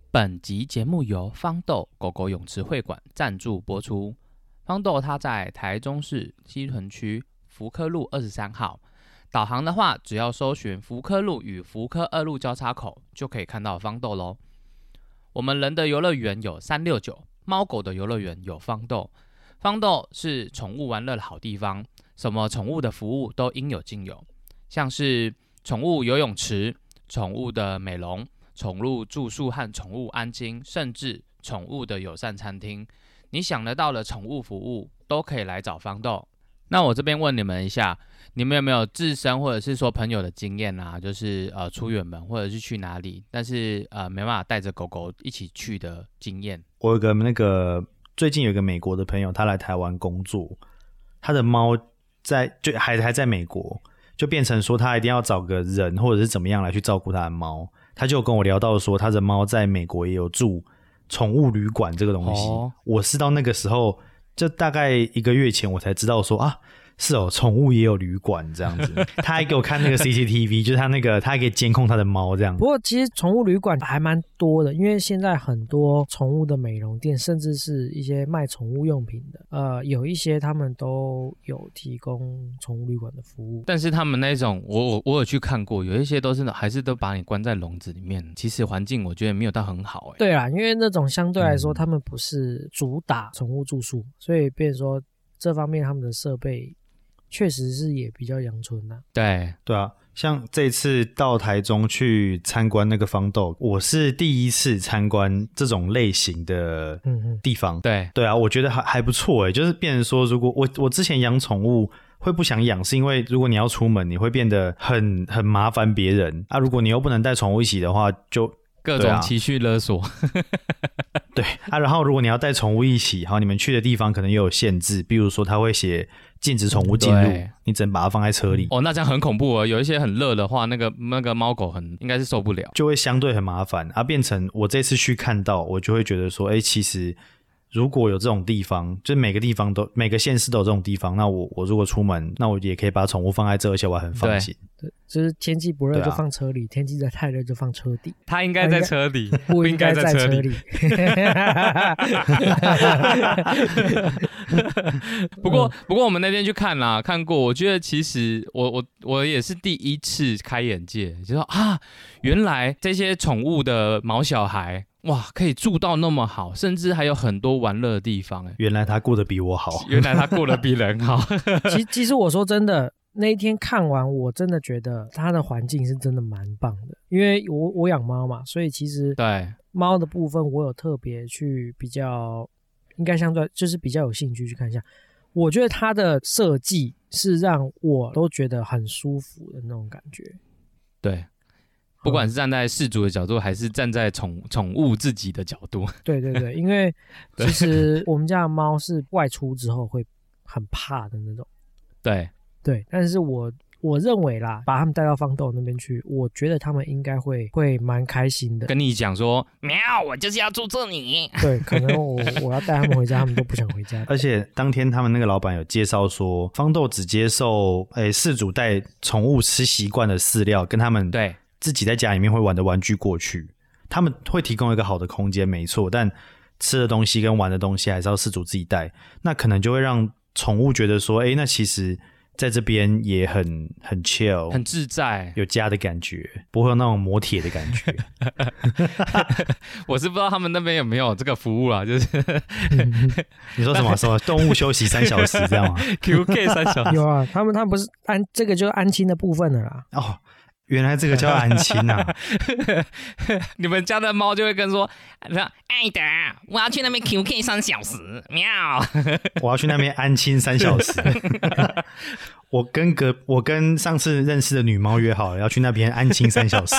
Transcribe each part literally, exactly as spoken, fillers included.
本集节目由方豆狗狗泳池会馆赞助播出。方豆它在台中市西屯区福科路二十三号，导航的话只要搜寻福科路与福科二路交叉口就可以看到方豆咯。我们人的游乐园有三六九，猫狗的游乐园有方豆。方豆是宠物玩乐的好地方，什么宠物的服务都应有尽有，像是宠物游泳池、宠物的美容、宠物住宿和宠物安亲，甚至宠物的友善餐厅，你想得到的宠物服务都可以来找方豆。那我这边问你们一下，你们有没有自身或者是说朋友的经验啊？就是呃出远门或者是去哪里，但是呃没办法带着狗狗一起去的经验？ 我有个那个最近有个美国的朋友，他来台湾工作，他的猫在就还还在美国，就变成说他一定要找个人或者是怎么样来去照顾他的猫。他就跟我聊到说，他的猫在美国也有住宠物旅馆这个东西。哦、我是到那个时候，就大概一个月前我才知道说啊，是哦，宠物也有旅馆这样子。他还给我看那个 C C T V， 就是他那个他还可以监控他的猫这样。 不过其实宠物旅馆还蛮多的，因为现在很多宠物的美容店，甚至是一些卖宠物用品的，呃，有一些他们都有提供宠物旅馆的服务。 但是他们那种，我我我有去看过，有一些都是还是都把你关在笼子里面，其实环境我觉得没有到很好、欸。 对啦，因为那种相对来说，他们不是主打宠物住宿，所以变成说这方面他们的设备确实是也比较阳春啊。 对对啊，像这次到台中去参观那个方豆，我是第一次参观这种类型的地方。 嗯、对对啊，我觉得还还不错诶，就是变成说，如果我我之前养宠物会不想养，是因为如果你要出门，你会变得很很麻烦别人啊。如果你又不能带宠物一起的话，就各种情绪勒索。 对啊，然后如果你要带宠物一起，好，你们去的地方可能也有限制，比如说他会写禁止宠物进入，你只能把它放在车里。 哦，那这样很恐怖哦。有一些很热的话，那个那个猫狗很应该是受不了， 就会相对很麻烦啊。变成我这次去看到，我就会觉得说，哎，其实如果有这种地方，就是每个地方都每个县市都有这种地方，那我我如果出门，那我也可以把宠物放在这，而且我还很放心。 对，就是天气不热就放车里，啊、天气在太热就放车底。 它应该在车里， 不应该在车里。 不过，不过我们那天去看啦，看过，我觉得其实我我我也是第一次开眼界，就说啊，原来这些宠物的毛小孩。哇，可以住到那么好，甚至还有很多玩乐的地方。 原来他过得比我好， 原来他过得比人好。 其其实我说真的，那一天看完，我真的觉得它的环境是真的蛮棒的。因为我我养猫嘛，所以其实对猫的部分我有特别去比较，应该相对就是比较有兴趣去看一下。我觉得它的设计是让我都觉得很舒服的那种感觉。 对。不管是站在饲主的角度，还是站在宠宠物自己的角度， 对对对，因为其实我们家的猫是外出之后会很怕的那种， 对对，但是我我认为啦，把他们带到方豆那边去，我觉得他们应该会会蛮开心的。 跟你讲说，喵，我就是要住这里。 对，可能我我要带他们回家，他们都不想回家。 而且当天他们那个老板有介绍说，方豆只接受诶饲主带宠物吃习惯的饲料，跟他们对。自己在家里面会玩的玩具过去，他们会提供一个好的空间，没错，但吃的东西跟玩的东西还是要饲主自己带，那可能就会让宠物觉得说，哎，那其实在这边也很很 chill， 很自在， 有家的感觉，不会有那种磨铁的感觉。 我是不知道他们那边有没有这个服务啦，就是你说什么？什么动物休息三小时这样吗 ？Q K 三小时有啊，他们他们不是安这个就是安亲的部分的啦。 哦。原来这个叫安亲啊！ 你们家的猫就会跟说：“爱的，我要去那边 Q K 三小时，喵！ 我要去那边安亲三小时。我跟隔我跟上次认识的女猫约好了，要去那边安亲三小时，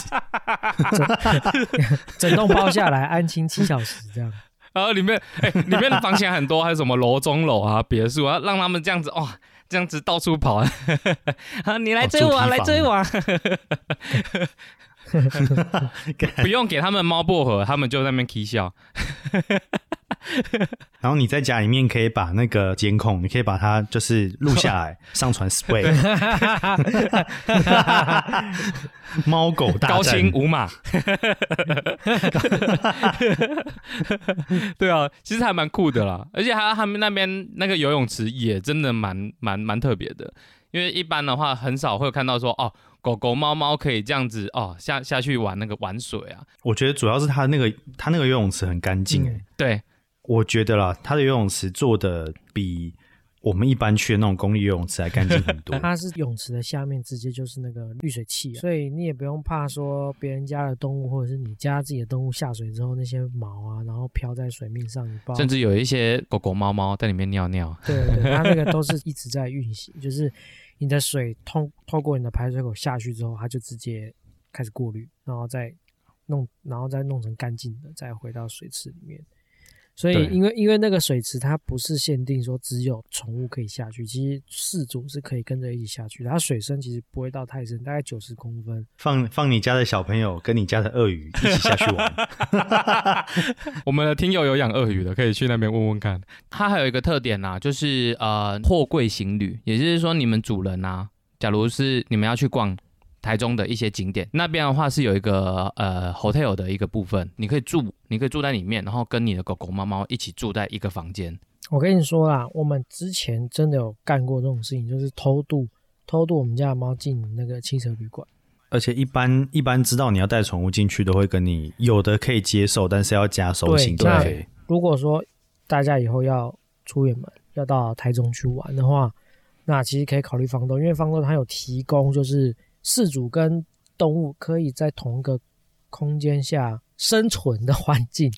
整栋包下来安亲七小时这样。 然后里面哎、欸，里面的房间很多，还有什么楼中楼啊、别墅啊，让他们这样子哇。”这样子到处跑啊！你来追我、啊，来追我、啊！不用给他们猫薄荷，他们就在那边 k 笑。 然后你在家里面可以把那个监控，你可以把它就是录下来，上传 Sway 猫狗大战， 高清无码。对啊，其实还蛮酷的啦，而且还他们那边那个游泳池也真的蛮蛮蛮特别的，因为一般的话很少会看到说哦，狗狗猫猫可以这样子哦下下去玩那个玩水啊。 我觉得主要是它那个它那个游泳池很干净诶， 对， 我觉得啦，它的游泳池做的比我们一般去的那种公立游泳池还干净很多。 它是泳池的下面直接就是那个滤水器、啊，所以你也不用怕说别人家的动物或者是你家自己的动物下水之后那些毛啊，然后飘在水面上，你不知道甚至有一些狗狗猫猫在里面尿尿。 对对对，它那个都是一直在运行，就是你的水透透过你的排水口下去之后，它就直接开始过滤，然后再弄，然后再弄成干净的，再回到水池里面。所以因为因为那个水池它不是限定说只有宠物可以下去，其实饲主是可以跟着一起下去的，它水深其实不会到太深，大概九十公分。 放放你家的小朋友跟你家的鳄鱼一起下去玩。 我们的听友有养鳄鱼的，可以去那边问问看。它还有一个特点啊，就是呃货柜行旅，也就是说你们主人啊，假如是你们要去逛台中的一些景点，那边的话是有一个呃 hotel 的一个部分，你可以住，你可以住在里面，然后跟你的狗狗猫猫一起住在一个房间。 我跟你说啦，我们之前真的有干过这种事情，就是偷渡偷渡我们家的猫进那个汽车旅馆。 而且一般一般知道你要带宠物进去，都会跟你有的可以接受，但是要加收行政费。 如果说大家以后要出远门，要到台中去玩的话，那其实可以考虑方豆，因为方豆它有提供就是饲主跟动物可以在同一个空间下生存的环境。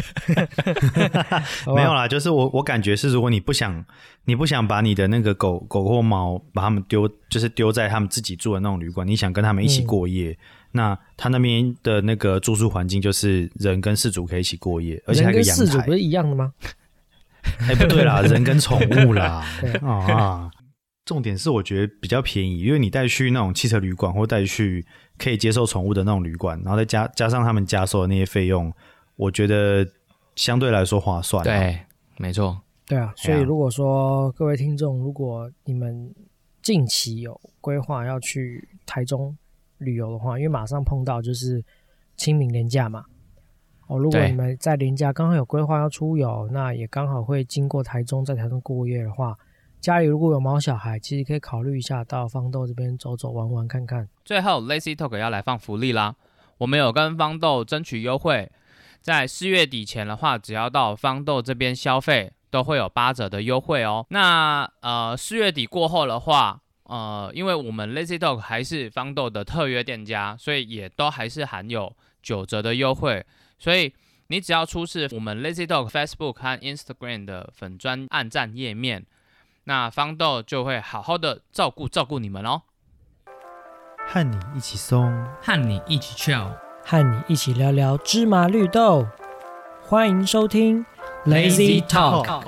没有啦，就是我我感觉是，如果你不想你不想把你的那个狗狗或猫把它们丢，就是丢在他们自己住的那种旅馆，你想跟他们一起过夜，嗯、那他那边的那个住宿环境就是人跟饲主可以一起过夜，而且还有一个阳台。 人跟饲主不是一样的吗？ 哎、欸，不对啦，人跟宠物啦。对啊。重点是我觉得比较便宜，因为你带去那种汽车旅馆或带去可以接受宠物的那种旅馆，然后再加加上他们加收的那些费用，我觉得相对来说划算、啊。 对，没错。 对啊，所以如果说各位听众，如果你们近期有规划要去台中旅游的话，因为马上碰到就是清明连假嘛。哦，如果你们在连假刚好有规划要出游，那也刚好会经过台中，在台中过夜的话，家里如果有毛小孩，其实可以考虑一下到方豆这边走走玩玩看看。 最后 Lazy Talk 要来放福利啦，我们有跟方豆争取优惠，在四月底前的话，只要到方豆这边消费，都会有八折的优惠哦。那呃四月底过后的话，呃因为我们 Lazy Talk 还是方豆的特约店家，所以也都还是含有九折的优惠，所以你只要出示我们 Lazy Talk Facebook 和 Instagram 的粉专按赞页面，那方豆就会好好的照顾照顾你们哦， 和你一起松， 和你一起 chill， 和你一起聊聊芝麻绿豆。欢迎收听 Lazy Talk。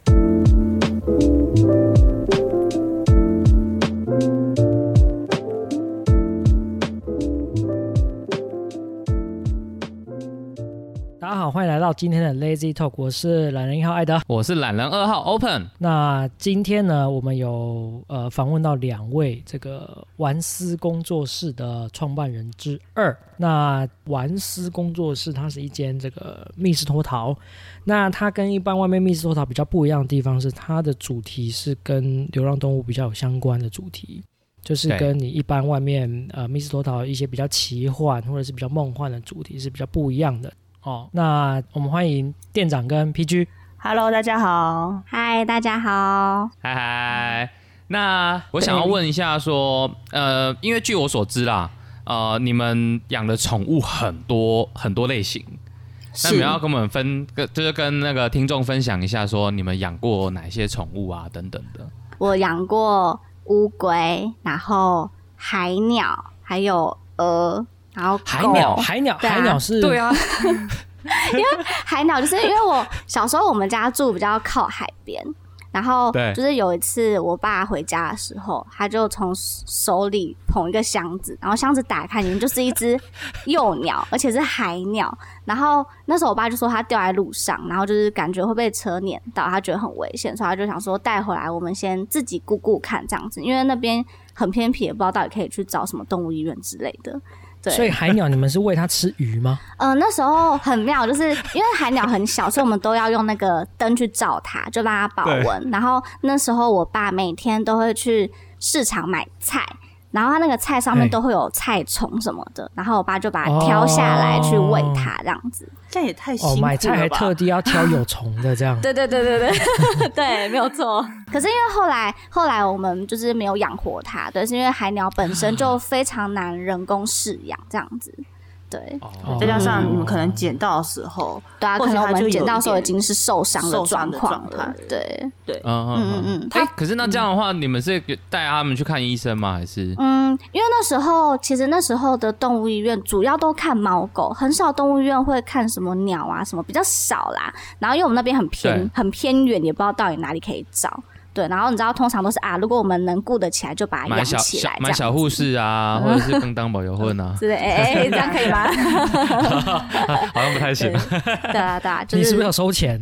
大家好，欢迎来到今天的 Lazy Talk， 我是懒人一号艾德， 我是懒人二号 Open。 那今天呢，我们有呃访问到两位这个玩思工作室的创办人之二。那玩思工作室它是一间这个密室脱逃，那它跟一般外面密室脱逃比较不一样的地方是，它的主题是跟流浪动物比较有相关的主题。就是跟你一般外面呃密室脱逃一些比较奇幻或者是比较梦幻的主题是比较不一样的。哦，那我们欢迎店长跟 P G。Hello， 大家好。嗨，大家好。 嗨嗨。那我想要问一下说，呃，因为据我所知啦，呃，你们养的宠物很多很多类型，那你们要跟我们分，就是跟那个听众分享一下，说你们养过哪些宠物啊，等等的。 我养过乌龟，然后海鸟，还有鹅。然后海鸟，海鸟，海鸟是， 对啊， 因为海鸟就是因为我小时候我们家住比较靠海边， 然后对就是有一次我爸回家的时候，他就从手里捧一个箱子，然后箱子打开里面就是一只幼鸟，而且是海鸟。然后那时候我爸就说他掉在路上，然后就是感觉会被车碾到，他觉得很危险，所以他就想说带回来我们先自己顾顾看这样子，因为那边很偏僻，也不知道到底可以去找什么动物医院之类的。对， 所以海鸟你们是喂它吃鱼吗？ 嗯、呃，那时候很妙，就是因为海鸟很小，所以我们都要用那个灯去照它，就让它保温。然后那时候我爸每天都会去市场买菜，然后他那个菜上面都会有菜虫什么的，然后我爸就把它挑下来去喂它，这样子。 这样也太辛苦了吧？ 哦，买菜还特地要挑有虫的这样。 对对对对对对，没有错。可是因为后来后来我们就是没有养活它，对，是因为海鸟本身就非常难人工饲养这样子。对， 哦再加上你们可能捡到的时候， 对啊，可能我们捡到的时候已经是受伤的受伤的状况状态了。对对， 嗯嗯嗯嗯。哎、欸，可是那这样的话，嗯、你们是带他们去看医生吗？还是？ 嗯，因为那时候其实那时候的动物医院主要都看猫狗，很少动物医院会看什么鸟啊什么，比较少啦。然后因为我们那边很偏很偏远，也不知道到底哪里可以找。对，然后你知道，通常都是啊，如果我们能顾得起来，就把它养起来， 买小护士啊，或者是更当保佑混啊， 是的，哎哎，这样可以吗？ 好像不太行。 对啊，对啊，就是、 你是不是有收钱？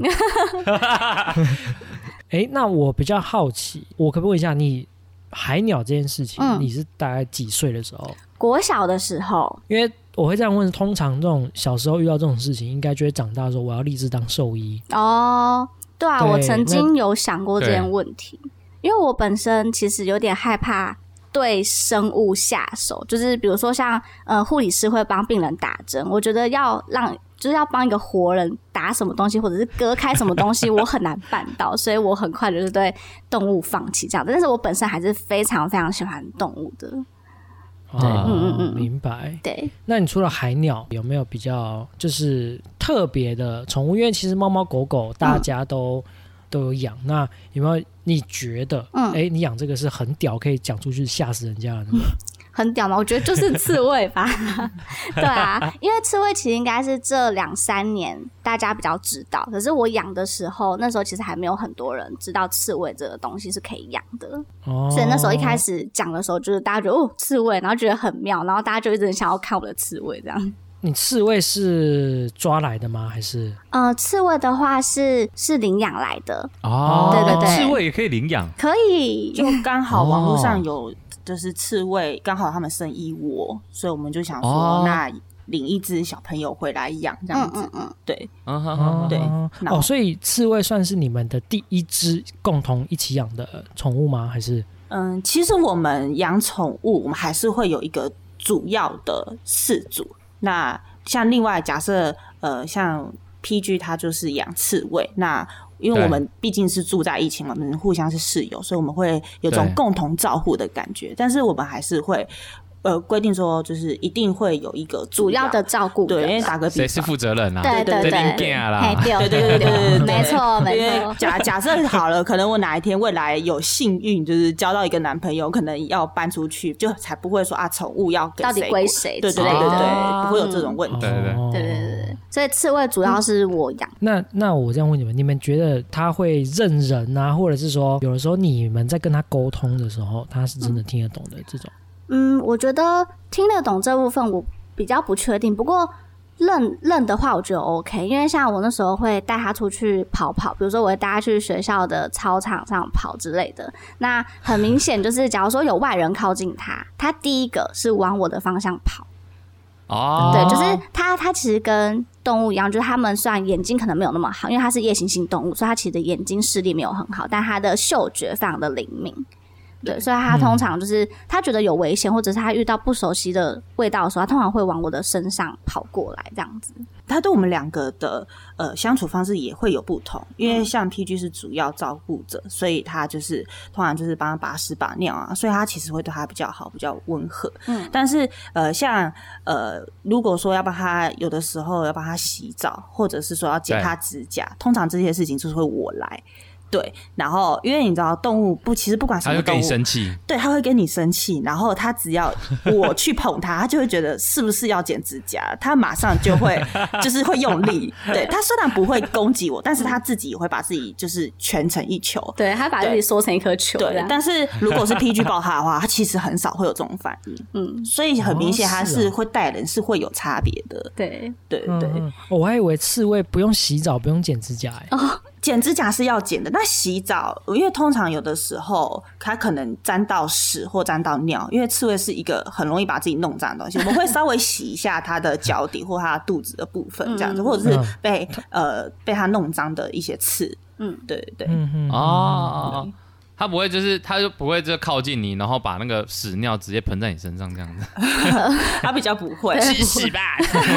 哎、欸，那我比较好奇，我可不可以问一下，你海鸟这件事情，嗯、你是大概几岁的时候？ 国小的时候。 因为我会这样问，通常这种小时候遇到这种事情，应该就会长大说我要立志当兽医哦。对啊，对，我曾经有想过这件问题，因为我本身其实有点害怕对生物下手，就是比如说像呃护理师会帮病人打针，我觉得要让就是要帮一个活人打什么东西或者是割开什么东西，我很难办到，所以我很快就是对动物放弃这样。但是我本身还是非常非常喜欢动物的。 对，嗯嗯嗯，明白。 对， 那你除了海鸟，有没有比较就是特别的宠物？因为其实猫猫狗狗大家都、嗯、都有养，那有没有你觉得，嗯，哎、欸，你养这个是很屌，可以讲出去吓死人家的那种？ 很屌吗？我觉得就是刺猬吧。对啊，因为刺猬其实应该是这两三年大家比较知道，可是我养的时候，那时候其实还没有很多人知道刺猬这个东西是可以养的。哦，所以那时候一开始讲的时候，就是大家觉得哦刺猬，然后觉得很妙，然后大家就一直想要看我的刺猬这样。 你刺猬是抓来的吗？还是？ 呃，刺猬的话是是领养来的。 哦， 对对对， 刺猬也可以领养， 可以， 就刚好网络上有。就是刺猬刚好他们生一窝，所以我们就想说，哦、那领一只小朋友回来养这样子。嗯嗯嗯，对， 嗯哼对。 哦，所以刺猬算是你们的第一只共同一起养的宠物吗？还是？ 嗯，其实我们养宠物，我们还是会有一个主要的饲主。那像另外假设，呃，像 P G 他就是养刺猬，那。因为我们毕竟是住在一起嘛，我们互相是室友，所以我们会有种共同照护的感觉。但是我们还是会呃规定说，就是一定会有一个主要的照顾。 对，因为打个比方， 谁是负责人啊？ 对对对， 对对对对对，没错没错。 假假设好了，可能我哪一天未来有幸运，就是交到一个男朋友，可能要搬出去，就才不会说啊，宠物要给到底归谁？ 对对对对对，不会有这种问题。 对对对对对对。所以刺猬主要是我养、 嗯。那那我这样问你们，你们觉得他会认人啊，或者是说，有的时候你们在跟他沟通的时候，他是真的听得懂的这种？ 嗯，我觉得听得懂这部分我比较不确定，不过认认的话，我觉得 OK， 因为像我那时候会带他出去跑跑，比如说我会带他去学校的操场上跑之类的。那很明显就是，假如说有外人靠近他，他第一个是往我的方向跑。 哦， 对，就是它，它其实跟动物一样，就是它们虽然眼睛可能没有那么好，因为它是夜行性动物，所以它其实的眼睛视力没有很好，但它的嗅觉非常的灵敏。对，所以它通常就是它觉得有危险，或者是它遇到不熟悉的味道的时候，它通常会往我的身上跑过来，这样子。 他对我们两个的呃相处方式也会有不同，因为像 P G 是主要照顾者，所以他就是通常就是帮他把屎把尿啊，所以他其实会对他比较好，比较温和。嗯，但是呃像呃如果说要帮他有的时候要帮他洗澡，或者是说要剪他指甲，通常这些事情就是会我来。 对，然后因为你知道动物不，其实不管什么动物， 它会跟你生气， 对，它会跟你生气，然后它只要我去碰它，它就会觉得是不是要剪指甲，它马上就会就是会用力。对，它虽然不会攻击我，但是它自己也会把自己就是蜷成一球， 对，它把自己缩成一颗球。 对，但是如果是 P G 抱它的话，它其实很少会有这种反应。嗯，所以很明显它是会带人是会有差别的。 对对对、 嗯，我还以为刺猬不用洗澡，不用剪指甲、欸。 哦，剪指甲是要剪的，那洗澡，因为通常有的时候它可能沾到屎或沾到尿，因为刺猬是一个很容易把自己弄脏的东西，我们会稍微洗一下它的脚底或它的肚子的部分，这样子，或者是被、嗯、呃被它弄脏的一些刺，嗯，对对对， 嗯嗯哦。他不会，就是他就不会就靠近你，然后把那个屎尿直接喷在你身上这样子。 他比较不会， 去洗吧。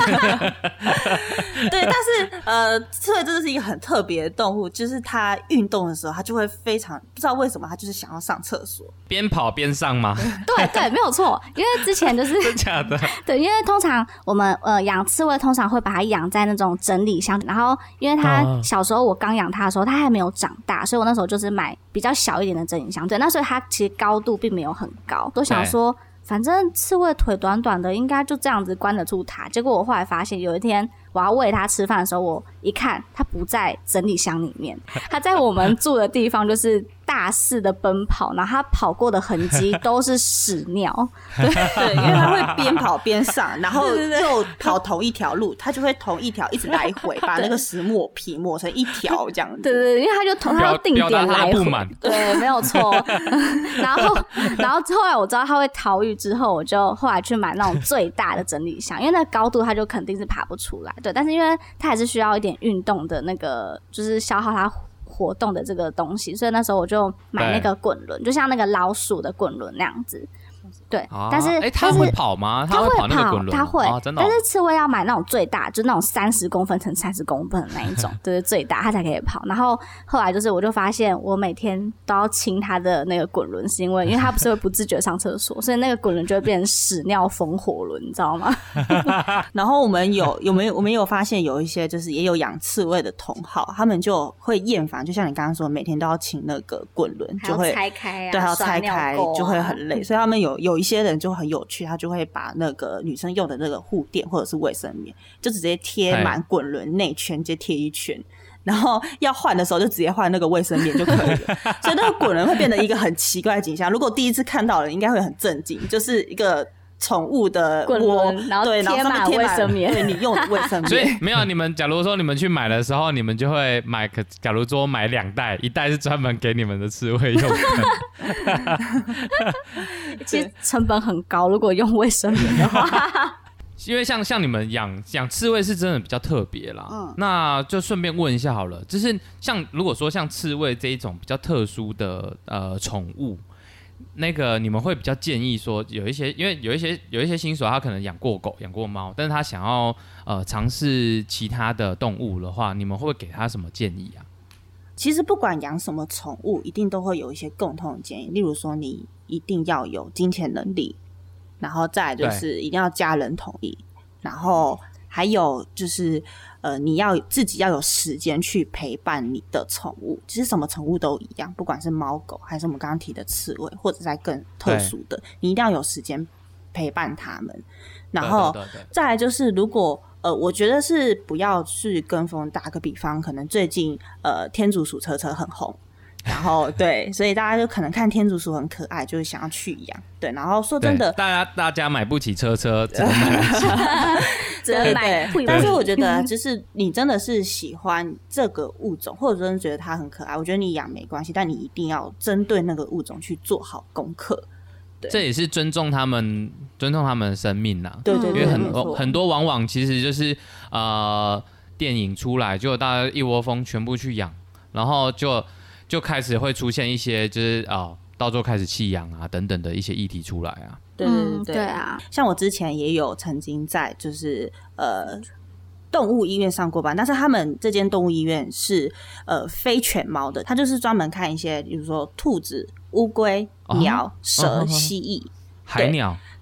对，但是呃，刺猬真的是一个很特别的动物，就是它运动的时候，它就会非常不知道为什么，它就是想要上厕所， 边跑边上吗？ 对对，没有错，因为之前就是真假的。 对，因为通常我们呃养刺猬，通常会把它养在那种整理箱，然后因为它小时候我刚养它的时候，它还没有长大，所以我那时候就是买比较小一点的整理箱，对，那所以它其实高度并没有很高，都想说反正刺猬腿短短的，应该就这样子关得住它。结果我后来发现，有一天我要喂它吃饭的时候，我一看它不在整理箱里面，它在我们住的地方就是大肆的奔跑，然后它跑过的痕迹都是屎尿。 对对，因为它会边跑边上，然后又跑同一条路，它就会同一条一直来回，把那个石抹皮抹成一条这样子。 对对对，因为它就同它要定点来回，对，没有错。然后然后后来我知道它会逃逸之后，我就后来去买那种最大的整理箱，因为那个高度它就肯定是爬不出来。对，但是因为它还是需要一点运动的那个，就是消耗它活动的这个东西，所以那时候我就买那个滚轮，就像那个老鼠的滚轮那样子。对，啊、但是哎、欸，它会跑吗？ 它会跑那个滚轮， 它会， 哦真的哦、 但是刺猬要买那种最大，就是那种三十公分乘三十公分的那一种，就是最大，它才可以跑。然后后来就是我就发现，我每天都要清它的那个滚轮，是因为因为它不是会不自觉上厕所，所以那个滚轮就会变成屎尿风火轮，你知道吗？ 然后我们有有没有我们有发现有一些就是也有养刺猬的同好，他们就会厌烦，就像你刚刚说，每天都要清那个滚轮，就会拆开啊， 对，还要拆开， 啊、 就会很累。所以他们有有一些人就很有趣，他就会把那个女生用的那个护垫或者是卫生棉，就直接贴满滚轮内圈，直接贴一圈。然后要换的时候就直接换那个卫生棉就可以了，所以那个滚轮会变得一个很奇怪的景象。如果第一次看到了，应该会很震惊，就是一个宠物的滚轮，然后贴满卫生棉， 对，你用的卫生棉。 所以没有你们，假如说你们去买的时候，你们就会买，假如说买两袋，一袋是专门给你们的刺猬用的。 其实成本很高，如果用卫生棉的话。 因为像像你们养养刺猬是真的比较特别啦，嗯，那就顺便问一下好了，就是像如果说像刺猬这一种比较特殊的呃宠物，那个你们会比较建议说有一些，因为有一些有一些新手他可能养过狗养过猫，但是他想要呃尝试其他的动物的话，你们会给他什么建议啊？ 其实不管养什么宠物，一定都会有一些共同的建议，例如说你一定要有金钱能力。然后再来就是一定要家人同意，然后还有就是呃，你要自己要有时间去陪伴你的宠物。其实什么宠物都一样，不管是猫狗还是我们刚刚提的刺猬，或者再更特殊的，你一定要有时间陪伴他们。然后再来就是如果呃，我觉得是不要去跟风。打个比方，可能最近呃天竺鼠车车很红。然后对，所以大家就可能看天竺鼠很可爱，就是想要去养。对，然后说真的， 大家大家买不起车车，只能买不起， 只能买。 但是我觉得，就是你真的是喜欢这个物种，或者真的觉得它很可爱，我觉得你养没关系，但你一定要针对那个物种去做好功课。对， 这也是尊重他们，尊重他们的生命啦。 对对对， 因为很多很多往往其实就是呃电影出来，就大家一窝蜂全部去养，然后就。就开始会出现一些就是啊、哦，到时候开始弃养啊等等的一些议题出来啊。 对对对、嗯、 对啊， 像我之前也有曾经在就是呃动物医院上过班，但是他们这间动物医院是呃非犬猫的，他就是专门看一些比如说兔子、乌龟、鸟、哦、蛇、哦、蜥蜴、 海鸟。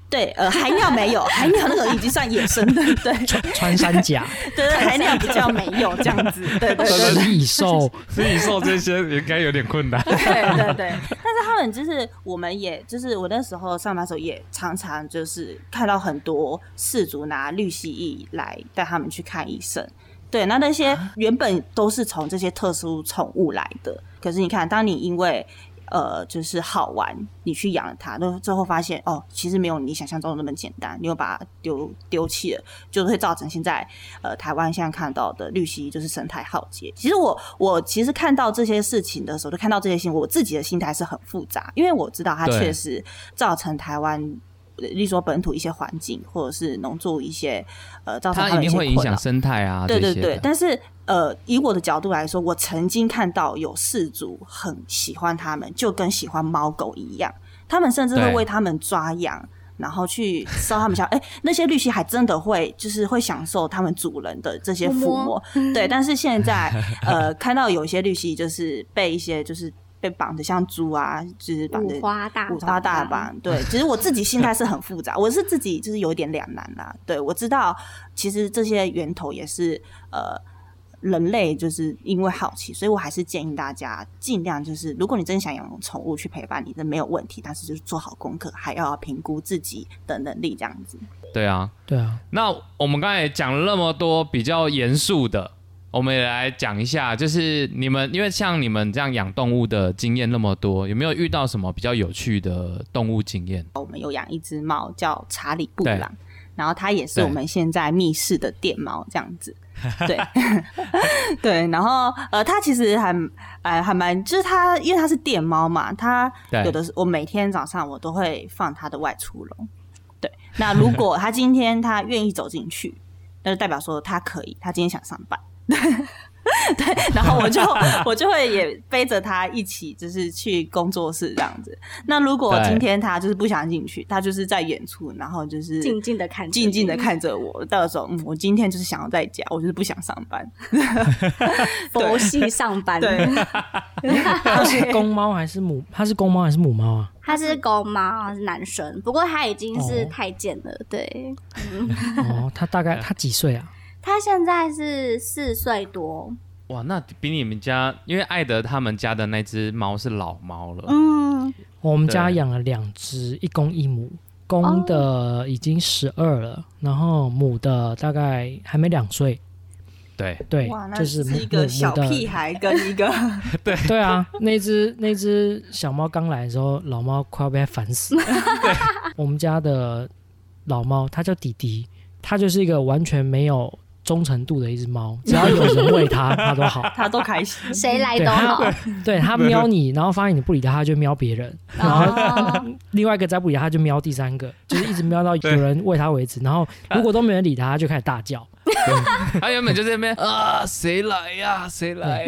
对，呃，海鸟没有，海鸟那个已经算野生的，对， 穿穿山甲， 对对，海鸟比较没有这样子，对对对， 食蚁兽， 食蚁兽这些应该有点困难。 对对对，但是他们就是我们也就是我那时候上班的时候也常常就是看到很多饲主拿绿蜥蜴来带他们去看医生。对，那那些原本都是从这些特殊宠物来的，可是你看，当你因为呃，就是好玩，你去养了它，那最后发现哦，其实没有你想象中的那么简单，你又把它丢丢弃了，就会造成现在呃台湾现在看到的绿蜥蜴就是生态浩劫。其实我我其实看到这些事情的时候，就看到这些新闻，我自己的心态是很复杂，因为我知道它确实造成台湾，例如说本土一些环境或者是农作物一些呃，造成它一定会影响生态啊， 对对对，但是。呃，以我的角度来说，我曾经看到有饲主很喜欢它们，就跟喜欢猫狗一样，他们甚至会为它们抓痒，然后去烧它们小，哎，那些绿蜥还真的会就是会享受它们主人的这些抚摸，对。但是现在呃，看到有一些绿蜥就是被一些就是被绑得像猪啊，就是绑得五花大五花大绑，对。其实我自己心态是很复杂，我是自己就是有点两难啦，对。我知道其实这些源头也是呃。人类就是因为好奇，所以我还是建议大家尽量就是，如果你真想养宠物去陪伴你，这没有问题，但是就是做好功课，还要评估自己的能力，这样子。 对啊， 对啊。 那我们刚才也讲了那么多比较严肃的，我们也来讲一下，就是你们因为像你们这样养动物的经验那么多，有没有遇到什么比较有趣的动物经验？ 我们有养一只猫叫查理布朗，然后它也是我们现在密室的电猫，这样子。对对，然后呃，它其实还呃还蛮，就是它因为它是电猫嘛，它有的是我每天早上我都会放它的外出笼。对，那如果它今天它愿意走进去，那就代表说它可以，它今天想上班。对，然后我就我就会也背着他一起，就是去工作室这样子。那如果今天他就是不想进去，他就是在远处，然后就是静静的看， 静静的看着我。到时候，嗯，我今天就是想要在家，我就是不想上班， 佛系上班。 对， 他是公猫还是母？他是公猫还是母猫啊？ 他是公猫，他是男生，不过他已经是太监了。哦、对， 嗯、哦，他大概他几岁啊？ 他现在是四岁多。 哇，那比你们家，因为艾德他们家的那只猫是老猫了。 嗯，我们家养了两只，一公一母，公的已经十二了，然后母的大概还没两岁。 对对，就是一个小屁孩跟一个对对啊，那只那只小猫刚来的时候，老猫快要被它烦死了。对，我们家的老猫它叫弟弟，它就是一个完全没有忠诚度的一只猫，只要有人喂它，它都好， 它都开心， 谁来都好。 对，它瞄你，然后发现你不理它，它就瞄别人，然后另外一个再不理它，它就瞄第三个，就是一直瞄到有人喂它为止。然后如果都没人理它，它就开始大叫。 它原本就在那边啊，谁来呀？谁来？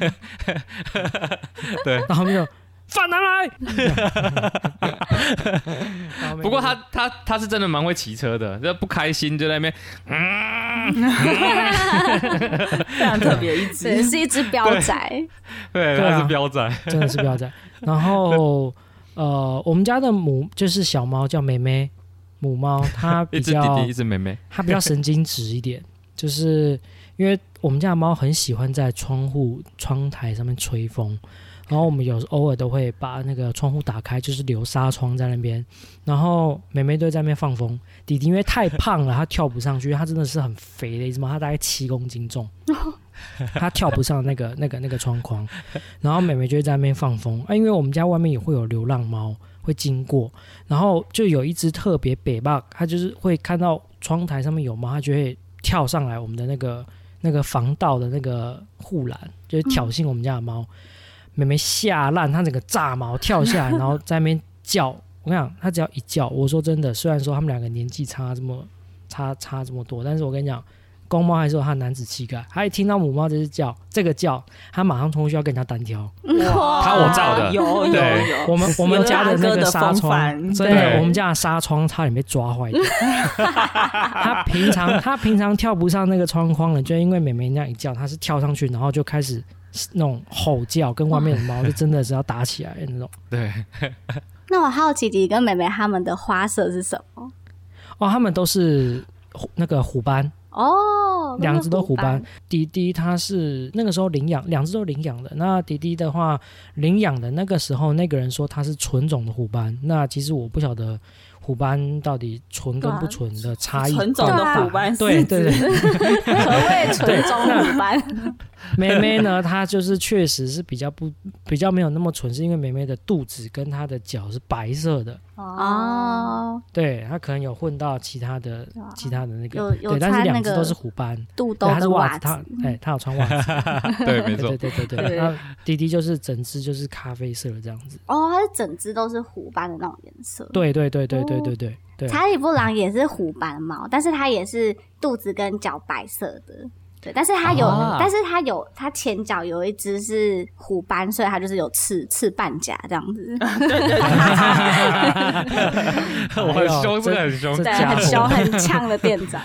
对， 然后就饭拿来。 不过他他他是真的蛮会骑车的，就不开心就在那边，嗯， 非常特别一只， 对，是一只标仔， 对，它是标仔， 真的是标仔。然后呃，我们家的母就是小猫叫妹妹，母猫它比较一只弟弟，一只妹妹， 它比较神经质一点，就是因为我们家的猫很喜欢在窗户窗台上面吹风。然后我们有偶尔都会把那个窗户打开，就是留纱窗在那边，然后妹妹都在那边放风。弟弟因为太胖了，他跳不上去，他真的是很肥的一只猫，他大概七公斤重，他跳不上那个那个那个窗框。然后妹妹就会在那边放风啊，因为我们家外面也会有流浪猫会经过，然后就有一只特别北霸，它就是会看到窗台上面有猫，它就会跳上来我们的那个那个防盗的那个护栏，就是挑衅我们家的猫。嗯，妹妹吓烂，她整个炸毛跳下来，然后在那边叫。我跟你讲，她只要一叫，我说真的，虽然说他们两个年纪差这么差差这么多，但是我跟你讲，公猫还是有它的男子气概。她一听到母猫这是叫这个叫，她马上冲去要跟人家单挑。 她我造的， 有有有。 我们我们家的那个纱窗，真的，我们家的纱窗差点被抓坏掉。她平常她平常跳不上那个窗框了，就因为妹妹那样一叫，她是跳上去，然后就开始那种吼叫，跟外面的猫就真的是要打起来的那种。 对， 那我好奇迪跟妹妹他们的花色是什么？ 哦，他们都是那个虎斑哦， 两只都虎斑。迪迪它是那个时候领养，两只都领养的。那迪迪的话，领养的那个时候，那个人说它是纯种的虎斑。那其实我不晓得虎斑到底纯跟不纯的差异。 纯种的虎斑， 对对对， 何谓纯种虎斑？ 妹妹呢，她就是确实是比较不比较没有那么纯，是因为妹妹的肚子跟她的脚是白色的。 哦， 对，她可能有混到其他的其他的那个， 有有对，但是两只都是虎斑， 肚兜的袜子， 她哎，她有穿袜子， 对，没错， 对对对对对。然后弟弟就是整只就是咖啡色的这样子。 哦，它是整只都是虎斑的那种颜色。 对对对对对对对对。 查理布朗也是虎斑猫，但是它也是肚子跟脚白色的。对，但是它有，啊、但是它有，它前脚有一只是虎斑，所以它就是有刺刺半甲这样子。 我很凶，真的很凶， 对，很凶很呛的店长。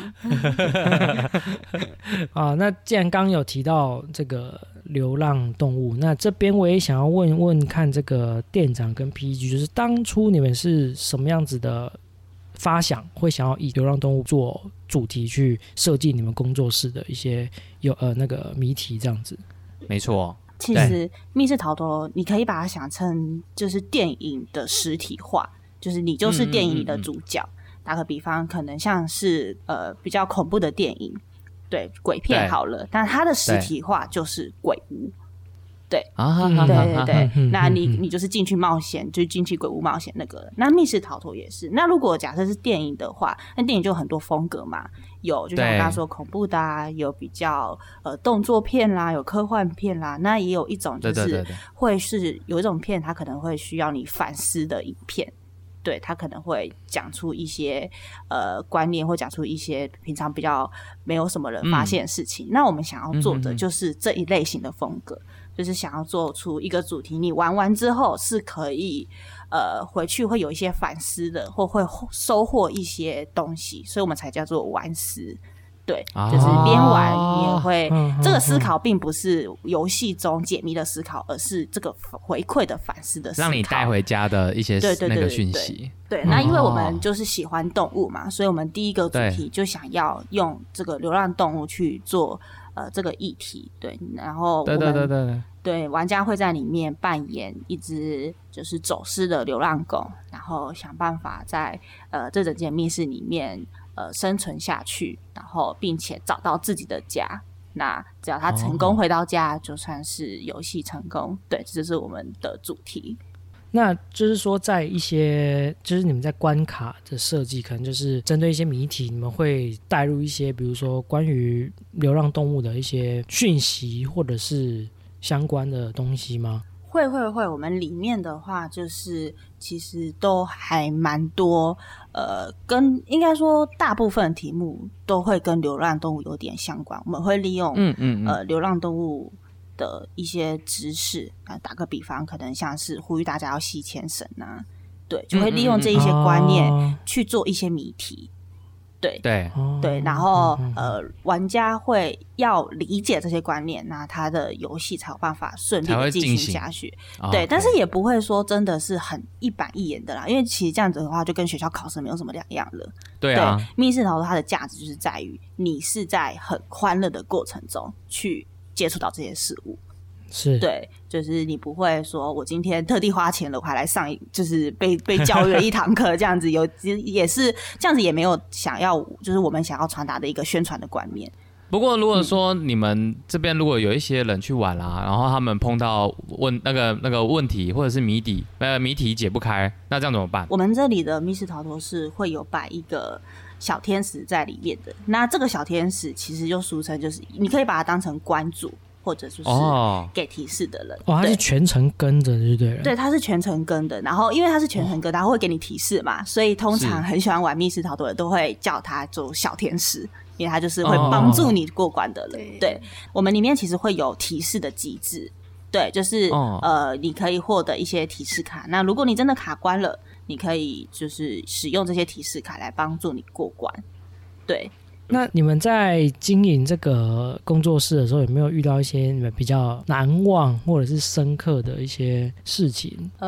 啊，那既然刚刚有提到这个流浪动物，那这边我也想要问问看，这个店长跟 P G， 就是当初你们是什么样子的发想，会想要以流浪动物做主题去设计你们工作室的一些有呃那个谜题这样子？ 没错， 其实密室逃脱你可以把它想成就是电影的实体化，就是你就是电影里的主角。嗯嗯嗯嗯，打个比方，可能像是呃比较恐怖的电影，对鬼片好了，但它的实体化就是鬼屋。对， 啊， 对对对，那你你就是进去冒险，就是进去鬼屋冒险那个。那密室逃脱也是。那如果假设是电影的话，那电影就有很多风格嘛，有就像我刚刚说恐怖的啊，有比较呃动作片啦，有科幻片啦，那也有一种就是会是有一种片，它可能会需要你反思的影片。对，他可能会讲出一些呃观念，或讲出一些平常比较没有什么人发现的事情。嗯、那我们想要做的就是这一类型的风格，嗯、就是想要做出一个主题，你玩完之后是可以呃回去会有一些反思的，或会收获一些东西，所以我们才叫做玩思。对，就是边玩你也会、哦、这个思考并不是游戏中解谜的思考，而是这个回馈的反思的思考，让你带回家的一些那个讯息。 对，对，那因为我们就是喜欢动物嘛，所以我们第一个主题就想要用这个流浪动物去做呃这个议题。对，然后我们对对对对对玩家会在里面扮演一只就是走失的流浪狗，然后想办法在呃这整间密室里面呃生存下去，然后并且找到自己的家。那只要他成功回到家，哦、就算是游戏成功。对，这是我们的主题。 那就是说，在一些就是你们在关卡的设计，可能就是针对一些谜题，你们会带入一些，比如说关于流浪动物的一些讯息，或者是相关的东西吗？ 会会会，我们里面的话就是其实都还蛮多，呃，跟应该说大部分题目都会跟流浪动物有点相关。我们会利用嗯嗯嗯呃流浪动物的一些知识，啊，打个比方，可能像是呼吁大家要吸牵绳啊，对，就会利用这一些观念去做一些谜题。对对对，然后呃，玩家会要理解这些观念，那他的游戏才有办法顺利的进行下去。对， okay. 但是也不会说真的是很一板一眼的啦，因为其实这样子的话，就跟学校考试没有什么两样了。 对啊， 对，密室逃脱它的价值就是在于你是在很欢乐的过程中去接触到这些事物。 是， 对，就是你不会说我今天特地花钱了，我还来上一，就是被被教育了一堂课这样子，有也是这样子，也没有想要就是我们想要传达的一个宣传的观念。 不过如果说你们这边如果有一些人去玩啦、啊，然后他们碰到问那个那个问题或者是谜底，呃谜题解不开，那这样怎么办？ 我们这里的密室逃脱是会有摆一个小天使在里面的，那这个小天使其实就俗称就是你可以把它当成关主。或者就是给提示的人， 哦，他是全程跟着，对不对？ 对，他是全程跟的。然后，因为他是全程跟，他会给你提示嘛，所以通常很喜欢玩密室逃脱的都会叫他做小天使，因为他就是会帮助你过关的人。哦、对，我们里面其实会有提示的机制，对，就是、哦、呃，你可以获得一些提示卡。那如果你真的卡关了，你可以就是使用这些提示卡来帮助你过关。对。 那你们在经营这个工作室的时候，有没有遇到一些你们比较难忘或者是深刻的一些事情？ 呃，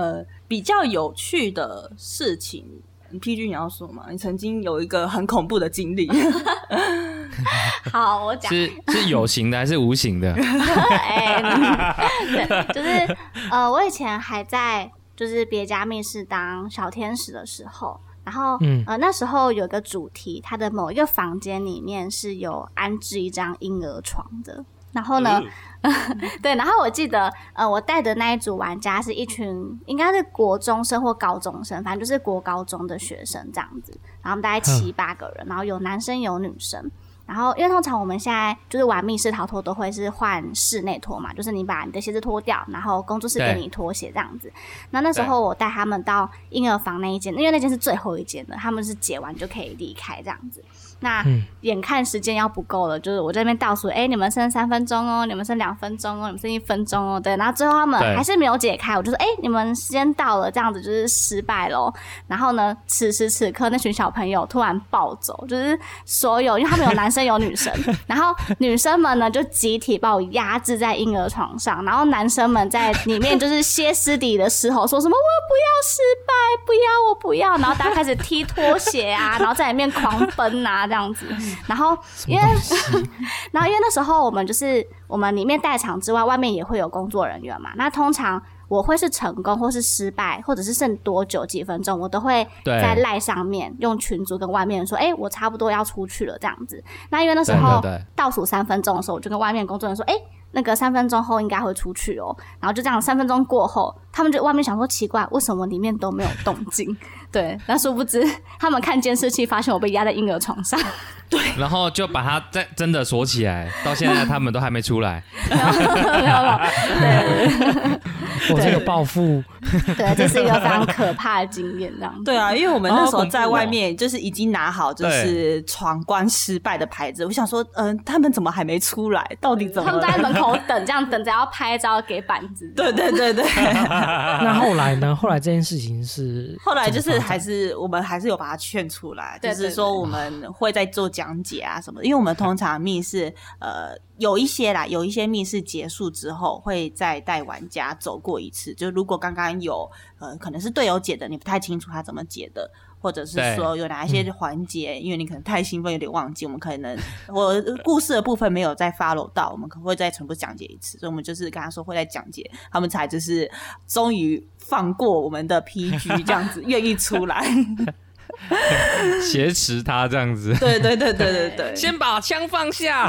比较有趣的事情，P G 你要说吗？你曾经有一个很恐怖的经历。 好，我讲是是有形的还是无形的？ 哎、对，就是呃，我以前还在就是别家密室当小天使的时候。然后，嗯、呃，那时候有个主题，它的某一个房间里面是有安置一张婴儿床的。然后呢，嗯、对，然后我记得，呃，我带的那一组玩家是一群应该是国中生或高中生，反正就是国高中的学生这样子。然后我们大概七八个人，然后有男生有女生。然后，因为通常我们现在就是玩密室逃脱都会是换室内脱嘛，就是你把你的鞋子脱掉，然后工作室给你脱鞋这样子。那那时候我带他们到婴儿房那一间，因为那间是最后一间的，他们是解完就可以离开这样子。那、嗯、眼看时间要不够了，就是我这边倒数，哎，你们剩三分钟哦，你们剩两分钟哦，你们剩一分钟哦，对。然后最后他们还是没有解开，我就说，哎，你们时间到了，这样子就是失败咯。然后呢，此时此刻那群小朋友突然暴走，就是所有，因为他们有男生有女生，然后女生们呢就集体把我压制在婴儿床上，然后男生们在里面就是歇斯底里的嘶吼，说什么我不要失败，不要我不要，然后大家开始踢拖鞋啊，然后在里面狂奔啊。这样子，然后因为，然后因为那时候我们就是我们里面带场之外，外面也会有工作人员嘛。那通常我会是成功或是失败，或者是剩多久几分钟，我都会在赖上面用群组跟外面人说，哎、欸，我差不多要出去了这样子。那因为那时候倒数三分钟的时候，我就跟外面工作人员说，哎、欸。那个三分钟后应该会出去哦，然后就这样三分钟过后，他们就外面想说奇怪，为什么里面都没有动静？对，那殊不知他们看监视器发现我被压在婴儿床上，对， 然后就把它再真的锁起来，到现在他们都还没出来。 没有没有，对， 我这个报复， 对，这是一个非常可怕的经验，这样。 对啊，因为我们那时候在外面就是已经拿好就是闯关失败的牌子，我想说，嗯、呃，他们怎么还没出来？到底怎么了？ 他们在门口等，这样等着要拍照给板子。 对对对对。 那后来呢？后来这件事情是后来就是还是我们还是有把他劝出来， 对对对， 就是说我们会在做讲解啊什么的，因为我们通常密室呃有一些啦，有一些密室结束之后会再带玩家走过一次，就如果刚刚有呃可能是队友解的，你不太清楚他怎么解的。或者是说有哪一些环节、嗯，因为你可能太兴奋有点忘记，我们可能我故事的部分没有再 follow 到，我们可能会再全部讲解一次，所以我们就是跟他说会再讲解，他们才就是终于放过我们的 P G 这样子，愿意出来挟持他这样子。 对对对对对对， 先把枪放下。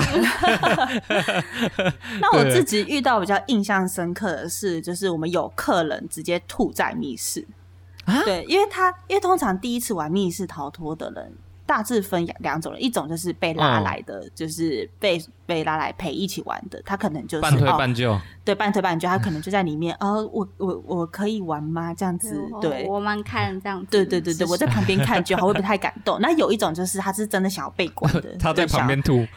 那我自己遇到比较印象深刻的是，就是我们有客人直接吐在密室。对，因为他因为通常第一次玩密室逃脱的人大致分两种人，一种就是被拉来的、嗯、就是被被拉来陪一起玩的，他可能就是半推半就、哦、 对，半推半就，他可能就在里面哦，我我我可以玩吗这样子，对， 我们看这样子， 对对对对，我在旁边看就好，会不太感动。那有一种就是他是真的想要被关的， 他在旁边吐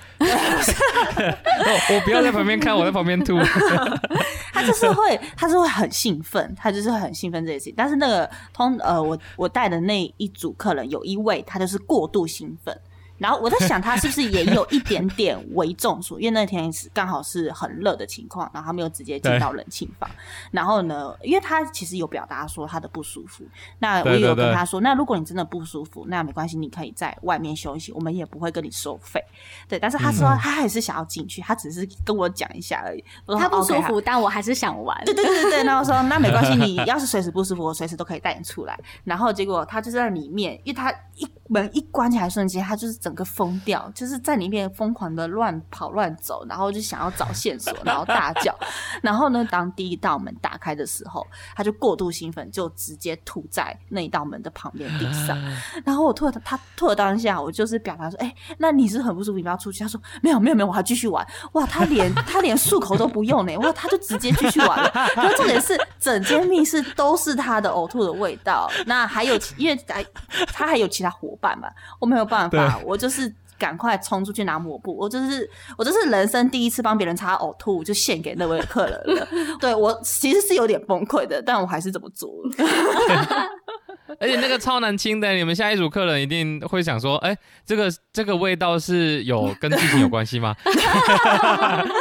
我不要在旁边看，我在旁边吐他就是会他是会很兴奋，他就是会很兴奋这件事情。但是那个通呃我我带的那一组客人有一位他就是过度兴奋，然后我在想他是不是也有一点点微中暑，因为那天刚好是很热的情况，然后他没有直接进到冷气房。然后呢，因为他其实有表达说他的不舒服，那我也有跟他说，对对对，那如果你真的不舒服，那没关系，你可以在外面休息，我们也不会跟你收费。对，但是他说他还是想要进去，他只是跟我讲一下而已。我说他不舒服， okay， 但我还是想玩。 对对对对对，那我说那没关系，你要是随时不舒服，我随时都可以带你出来。然后结果他就在里面，因为他一门一关起来瞬间，他就是整个疯掉，就是在里面疯狂的乱跑乱走，然后就想要找线索，然后大叫。然后呢，当第一道门打开的时候，他就过度兴奋，就直接吐在那一道门的旁边地上。然后我吐了，他吐了当下，我就是表达说：“哎、欸，那你是很不舒服，你不要出去。”他说：“没有没有没有，我还继续玩。”哇，他连他连漱口都不用呢，哇，他就直接继续玩了。然后重点是，整间密室都是他的呕吐的味道。那还有，因为他还有其他伙伴嘛，我没有办法，我就是赶快冲出去拿抹布。我就是我就是人生第一次帮别人擦呕吐，就献给那位客人了。对，我其实是有点崩溃的，但我还是这么做了。 而且那个超难清的，你们下一组客人一定会想说：“哎、欸，这个这个味道是有跟剧情有关系吗？”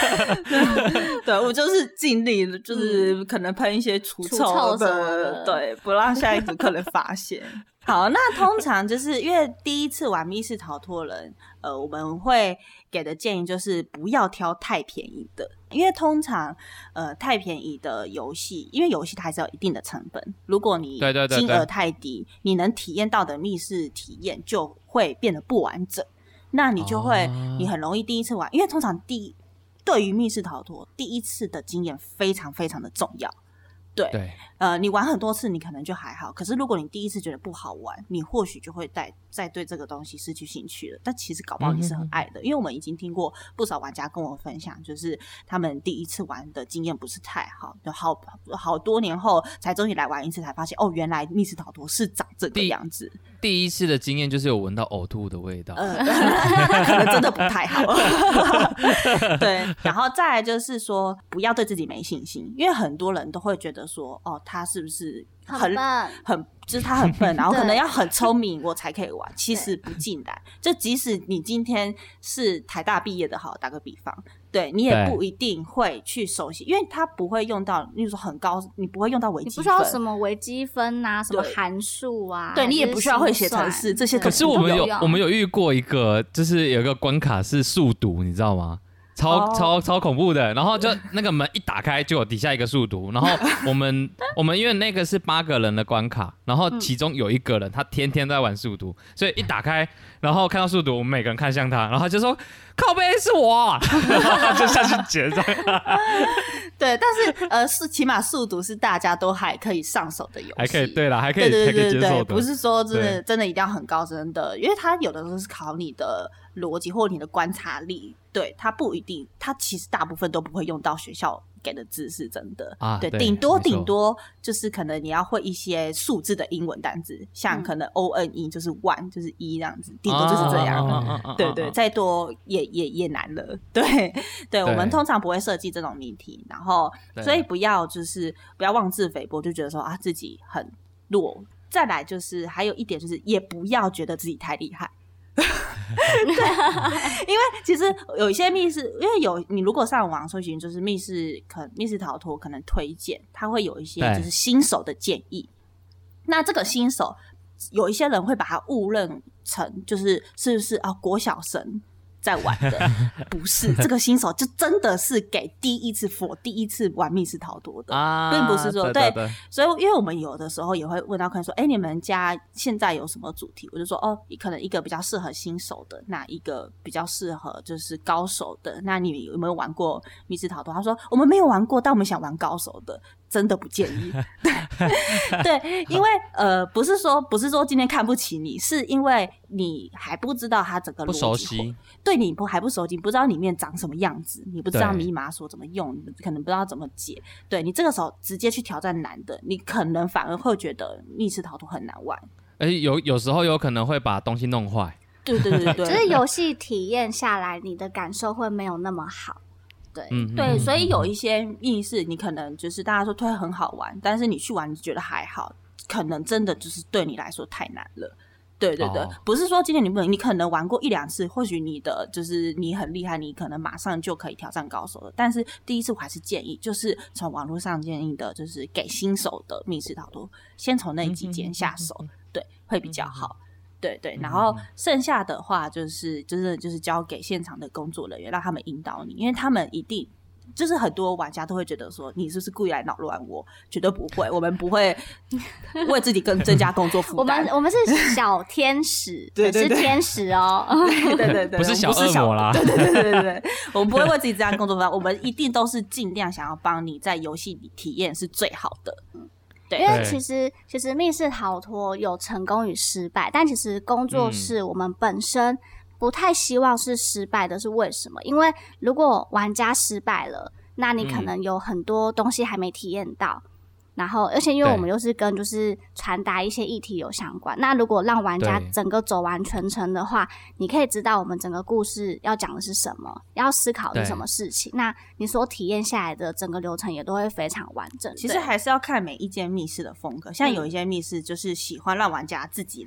对，我就是尽力了，就是可能喷一些除臭的，嗯、对，不让下一组客人发现。好，那通常就是因为第一次玩密室逃脱人，呃，我们会给的建议就是不要挑太便宜的，因为通常呃太便宜的游戏，因为游戏它还是有一定的成本，如果你金额太低，你能体验到的密室体验就会变得不完整，那你就会、哦、你很容易第一次玩，因为通常第对于密室逃脱第一次的经验非常非常的重要。对，对呃，你玩很多次，你可能就还好。可是如果你第一次觉得不好玩，你或许就会再再对这个东西失去兴趣了。但其实搞不好你是很爱的，嗯、因为我们已经听过不少玩家跟我分享，就是他们第一次玩的经验不是太好，就好好多年后才终于来玩一次，才发现哦，原来密室逃脱是长这个样子。 第, 第一次的经验就是有闻到呕吐的味道，呃， 可能真的不太好。对，然后再来就是说，不要对自己没信心，因为很多人都会觉得。说哦，他是不是很很笨很就是他很笨，然后可能要很聪明我才可以玩。其实不尽然，就即使你今天是台大毕业的，好打个比方，对你也不一定会去熟悉，因为他不会用到，例如说很高，你不会用到微积分， 你不需要什么微积分啊，什么函数啊， 对你也不需要会写程式，这些可是我们有我们有遇过一个，就是有一个关卡是速读，你知道吗？超、oh. 超超恐怖的，然后就那个门一打开就有底下一个速读，然后我们我们因为那个是八个人的关卡，然后其中有一个人他天天在玩速读，所以一打开然后看到速读，我们每个人看向他，然后他就说靠北是我、啊，然后他就下去解这样。 对，但是呃是起码速读是大家都还可以上手的游戏， 还可以对啦，还可以对对对对还可以接受的， 不是说真的真的一定要很高深的，因为他有的时候是考你的逻辑或你的观察力，对，他不一定，他其实大部分都不会用到学校给的知识，真的， 啊、 对，顶多顶多就是可能你要会一些数字的英文单字，像可能 O N E 就是 one 就是一这样子，顶多就是这样，啊嗯、对对，再多也也也难了，对对，对我们通常不会设计这种谜题，然后所以不要就是不要妄自菲薄，就觉得说啊自己很弱。再来就是还有一点就是也不要觉得自己太厉害。对，因为其实有一些密室，因为有你如果上网搜寻，就是密室可密室逃脱可能推荐，它会有一些就是新手的建议。那这个新手有一些人会把它误认成就是是不是啊国小生在玩的，不是，这个新手就真的是给第一次 for 第一次玩密室逃脱的，啊、并不是说 对, 对, 对，所以因为我们有的时候也会问到客人说，哎、欸，你们家现在有什么主题？我就说哦，可能一个比较适合新手的，那一个比较适合就是高手的，那你有没有玩过密室逃脱？他说我们没有玩过，但我们想玩高手的。真的不建议，对对，因为呃，不是说不是说今天看不起你，是因为你还不知道它整个逻辑， 不熟悉， 对你不还不熟悉，不知道里面长什么样子，你不知道密码锁怎么用，你可能不知道怎么解，对你这个时候直接去挑战难的，你可能反而会觉得密室逃脱很难玩， 而且有有时候有可能会把东西弄坏， 对对对对， 就是游戏体验下来，你的感受会没有那么好。对、 嗯、对，所以有一些密室你可能就是大家说推很好玩，但是你去玩你觉得还好，可能真的就是对你来说太难了。对对对、哦、不是说今天你不能，你可能玩过一两次，或许你的就是你很厉害，你可能马上就可以挑战高手了，但是第一次我还是建议就是从网络上建议的就是给新手的密室逃脱先从那几间下手、嗯、对，会比较好。对对，然后剩下的话就是就是就是交给现场的工作人员，让他们引导你，因为他们一定就是很多玩家都会觉得说你是不是故意来扰乱我，绝对不会，我们不会为自己更增加工作负担。 我们我们是小天使，对对对，是天使哦， 对对对对， 不是小恶魔啦， 对对对对对对，我们不会为自己增加工作负担，我们一定都是尽量想要帮你在游戏里体验是最好的。嗯， 因为其实其实密室逃脱有成功与失败，但其实工作室我们本身不太希望是失败的，是为什么？因为如果玩家失败了，那你可能有很多东西还没体验到、嗯、然后而且因为我们又是跟就是传达一些议题有相关，那如果让玩家整个走完全程的话，你可以知道我们整个故事要讲的是什么，要思考的是什么事情，那你所体验下来的整个流程也都会非常完整。 其实还是要看每一间密室的风格，像有一些密室就是喜欢让玩家自己来，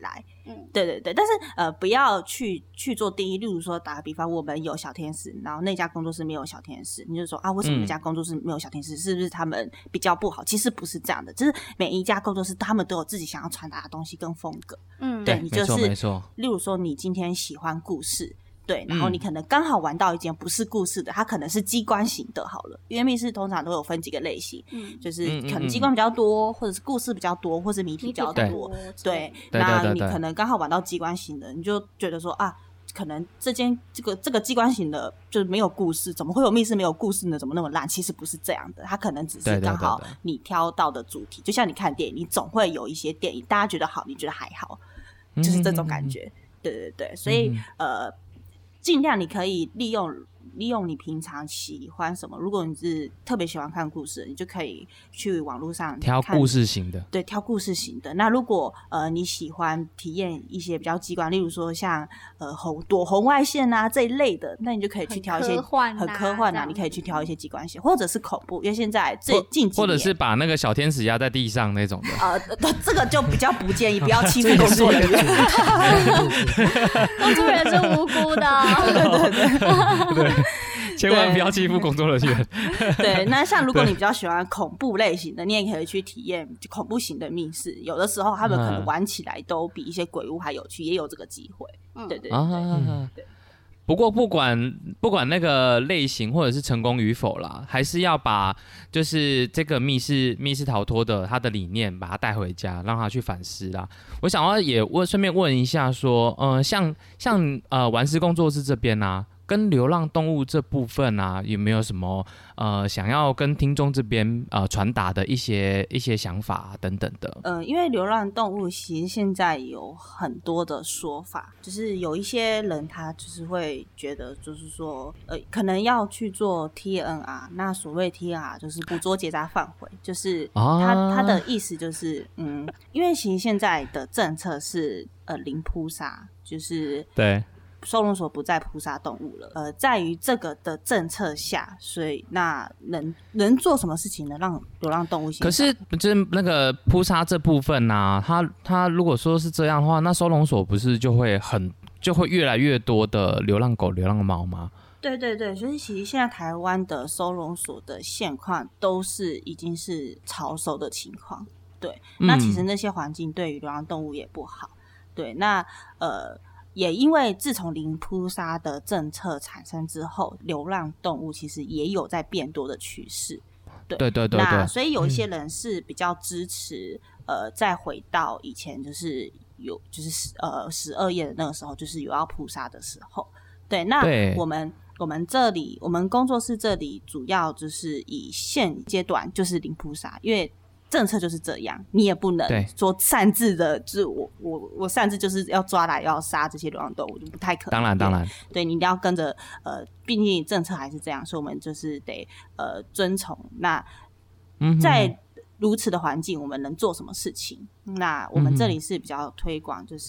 嗯， 对对对，但是呃，不要去去做定义。例如说，打个比方，我们有小天使，然后那家工作室没有小天使，你就说啊，为什么那家工作室没有小天使？嗯、是不是他们比较不好？其实不是这样的，就是每一家工作室他们都有自己想要传达的东西跟风格。 嗯， 对，你就是没错。 例如说，你今天喜欢故事。对，然后你可能刚好玩到一件不是故事的，它可能是机关型的，好了，因为密室通常都有分几个类型，嗯，就是可能机关比较多，或者是故事比较多，或是谜题比较多，对，那你可能刚好玩到机关型的，你就觉得说啊，可能这间这个这个机关型的就是没有故事，怎么会有密室没有故事呢？怎么那么烂？其实不是这样的，它可能只是刚好你挑到的主题，就像你看电影，你总会有一些电影大家觉得好，你觉得还好，就是这种感觉，嗯、对对对，所以、嗯、呃。尽量你可以利用利用你平常喜欢什么，如果你是特别喜欢看故事，你就可以去网络上挑故事型的， 对，挑故事型的。那如果呃你喜欢体验一些比较机关，例如说像呃红躲红外线啊这一类的，那你就可以去挑一些很科幻啊， 很科幻啊，你可以去挑一些机关型，或者是恐怖，因为现在最近几年，或者是把那个小天使压在地上那种的。 呃，这个就比较不建议，不要欺负工作人员。 工作人员是无辜的。 对对对对，千万不要欺负工作人员。 对，那像如果你比较喜欢恐怖类型的，你也可以去体验恐怖型的密室。有的时候他们可能玩起来都比一些鬼屋还有趣，也有这个机会。嗯、对对对、啊、对。 不过不管不管那个类型或者是成功与否啦，还是要把就是这个密室密室逃脱的它的理念把它带回家，让他去反思啦。我想要也问顺便问一下说，呃，像像呃玩思工作室这边啊，跟流浪动物这部分啊，有没有什么呃想要跟听众这边呃传达的一些一些想法、啊、等等的？ 呃，因为流浪动物其实现在有很多的说法，就是有一些人他就是会觉得，就是说呃，可能要去做 T N R， 那所谓 T N R 就是捕捉、结扎、放回，就是他、啊、他的意思就是，嗯，因为其实现在的政策是呃零扑杀，就是对。 收容所不再扑杀动物了，呃，在于这个的政策下，所以那能能做什么事情呢？让流浪动物行。 可是就是那个扑杀这部分啊，它它如果说是这样的话，那收容所不是就会很就会越来越多的流浪狗、流浪猫吗？ 对对对，所以其实现在台湾的收容所的现况都是已经是超收的情况。对，那其实那些环境对于流浪动物也不好。对，那呃。也因为自从零扑杀的政策产生之后，流浪动物其实也有在变多的趋势。对对对对对， 那所以有一些人是比较支持，嗯、呃，再回到以前就是有就是呃十二夜的那个时候，就是有要扑杀的时候。对，那我们我们这里我们工作室这里主要就是以现阶段就是零扑杀，因为。政策就是这样，你也不能说擅自的，就是我我我擅自就是要抓来要杀这些流浪动物，就不太可能。 当然当然， 对你一定要跟着呃，毕竟政策还是这样，所以我们就是得呃遵从。那在如此的环境，我们能做什么事情？那我们这里是比较推广，就是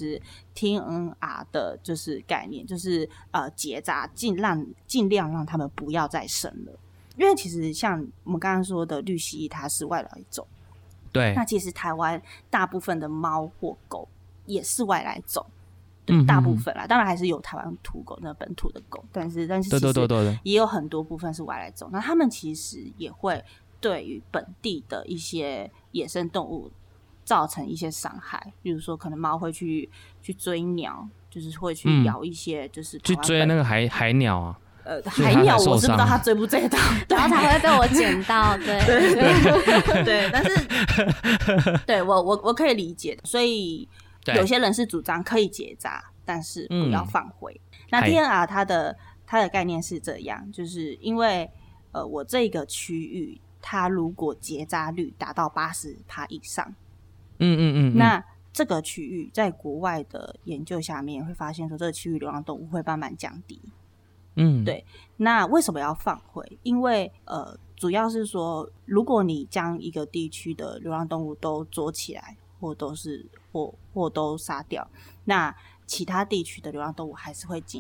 T N R 的，就是概念，就是呃结扎，尽量尽量让他们不要再生了，因为其实像我们刚刚说的绿蜥蜴，它是外来种。 对， 那其实台湾大部分的猫或狗也是外来种，对，嗯、大部分啦，当然还是有台湾土狗那本土的狗，但是但是其实也有很多部分是外来种。那他们其实也会对于本地的一些野生动物造成一些伤害，比如说可能猫会去去追鸟，就是会去咬一些，就是、嗯、 去追那个海海鸟啊。 呃，海鸟我是不知道它追不追到， 然后才会被我捡到，对对对对，但是对我我我可以理解，所以有些人是主张可以结扎，但是不要放回。嗯、那 T N R 它的它的概念是这样，就是因为呃我这个区域，它如果结扎率达到八十趴以上， 嗯嗯 嗯, 嗯， 那这个区域在国外的研究下面会发现说，这个区域流浪动物会慢慢降低。 嗯， 对。那为什么要放回？因为呃，主要是说，如果你将一个地区的流浪动物都捉起来，或都是或或都杀掉，那其他地区的流浪动物还是会进来。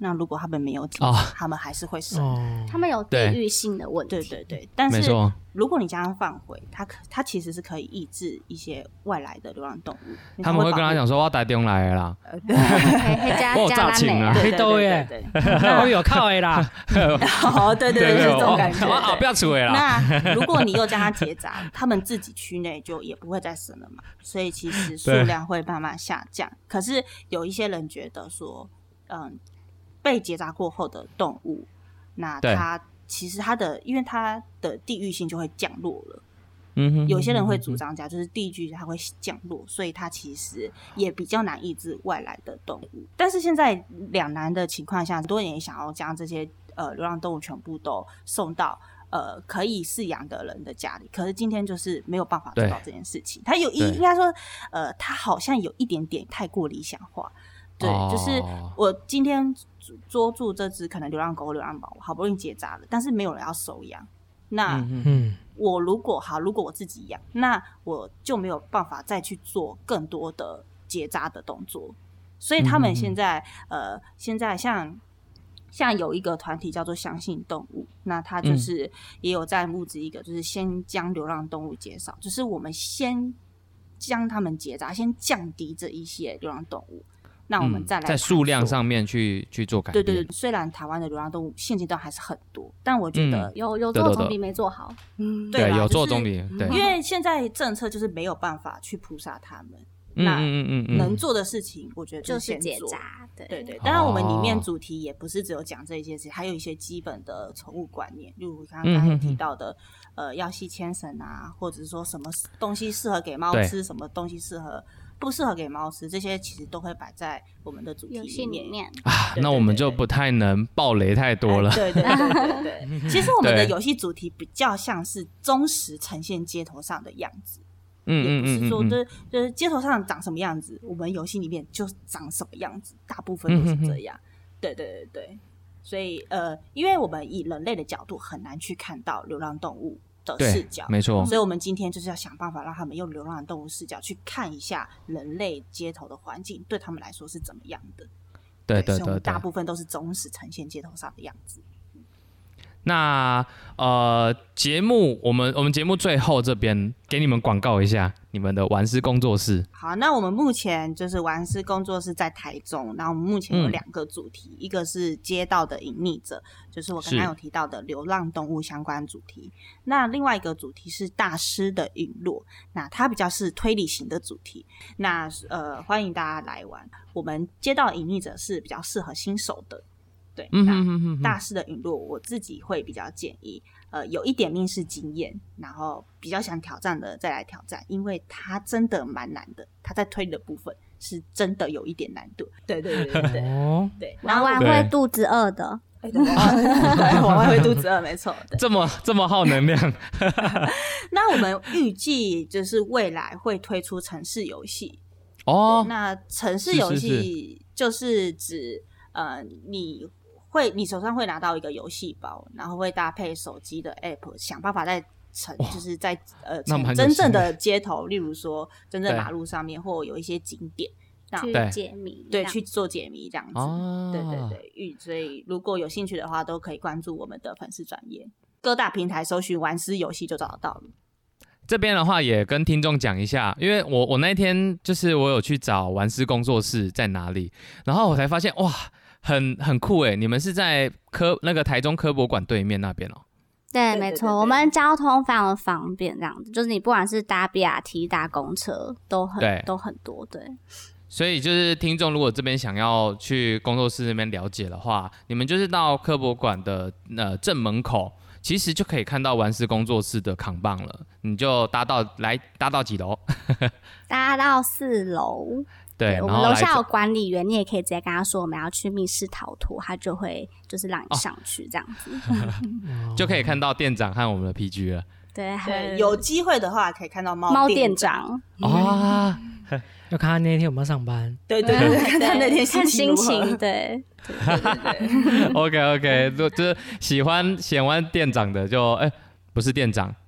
那如果他们没有检查， 哦他们还是会生。 哦， 他们有地域性的问题。 对对对，但是没错如果你将它放回，它可它其实是可以抑制一些外来的流浪动物。 他们会跟他讲说我要台中来的啦， 呃，对嘿加我有加咱诈情啊的对黑豆耶， 对对对对我有靠的啦， 哦，对对对，是这种感觉。 我好不要出来啦。 那如果你又将它结扎，他们自己区内就也不会再生了嘛，所以其实数量会慢慢下降。可是有一些人觉得说，嗯，被结扎过后的动物，那它其实它的，因为它的地域性就会降落了。 嗯哼， 有些人会主张讲，就是地域它会降落，所以它其实也比较难抑制外来的动物。但是现在两难的情况下，很多人也想要将这些呃流浪动物全部都送到呃可以饲养的人的家里，可是今天就是没有办法做到这件事情。它有一应该说，呃，它好像有一点点太过理想化。对， 哦、 就是我今天捉住这只可能流浪狗、流浪猫，好不容易结扎了，但是没有人要收养。那嗯嗯， 我如果好，如果我自己养，那我就没有办法再去做更多的结扎的动作。所以他们现在、嗯、呃，现在像像有一个团体叫做相信动物，那他就是也有在募资一个，就是先将流浪动物减少，就是我们先将他们结扎，先降低这一些流浪动物。那我们再来、嗯、 在数量上面去去做改变。 对对对，虽然台湾的流浪动物现阶段还是很多，但我觉得、 嗯、有有做总比没做好。 嗯， 对， 对有做总比、就是、对， 因为现在政策就是没有办法去扑杀他们。 嗯、 那嗯嗯嗯能做的事情，我觉得就是结扎。对对对，当然我们里面主题也不是只有讲这一些事，还有一些基本的宠物观念，例如刚刚提到的，嗯、呃，要系牵绳啊，或者是说什么东西适合给猫吃，什么东西适合。不适合给猫吃，这些其实都会摆在我们的主题里面。 里面啊，对对对对，那我们就不太能爆雷太多了。 哎、对对对对对，其实我们的游戏主题比较像是忠实呈现街头上的样子，嗯，也不是说就是就是街头上长什么样子，我们游戏里面就长什么样子，大部分都是这样。嗯、对对对对，所以呃，因为我们以人类的角度很难去看到流浪动物的视角， 没错， 所以我们今天就是要想办法让他们用流浪动物视角去看一下人类街头的环境对他们来说是怎么样的。 对对 对, 对, 对， 所以我们大部分都是忠实呈现街头上的样子。 那呃，节目我们我们节目最后这边给你们广告一下你们的玩思工作室。 好，那我们目前就是玩思工作室在台中，然后我们目前有两个主题，嗯、一个是街道的隐匿者，就是我刚刚有提到的流浪动物相关主题。那另外一个主题是大师的陨落，那它比较是推理型的主题。那呃，欢迎大家来玩。我们街道隐匿者是比较适合新手的。对，那大师的陨落，我自己会比较建议，呃，有一点面试经验，然后比较想挑战的再来挑战，因为它真的蛮难的，它在推理的部分是真的有一点难度。对对对对对，哦、对， 玩完会肚子饿的。 对对对，玩完会肚子饿，没错。 这么这么耗能量。 那我们预计就是未来会推出城市游戏哦。 那城市游戏就是指呃你。会，你手上会拿到一个游戏包，然后会搭配手机的 app， 想办法在城，就是在呃真正的街头，例如说真正马路上面，或有一些景点， 去解谜， 对，去做解谜这样子。哦、对对对，所以如果有兴趣的话，都可以关注我们的粉丝专页，各大平台搜寻玩思游戏就找得到了。 这边的话也跟听众讲一下，因为我我那天就是我有去找玩思工作室在哪里，然后我才发现哇。很很酷哎！你们是在科那个台中科博馆对面那边哦？ 对，没错，我们交通非常的方便，这样子就是你不管是搭 B R T、搭公车都很都很多，对。 所以就是听众如果这边想要去工作室那边了解的话，你们就是到科博馆的呃正门口，其实就可以看到玩思工作室的扛棒了。你就搭到来搭到几楼？ 搭到四楼。 对， 我们楼下有管理员，你也可以直接跟他说我们要去密室逃脱，他就会就是让你上去这样子， 哦、就可以看到店长和我们的 P G 了。 对， 对，有机会的话可以看到猫猫店长啊，要看他那天有没有上班。 对对 对, 对，看他那天心情心情，对对对对。 OK OK， 就就是喜欢喜欢店长的就哎、欸，不是店长，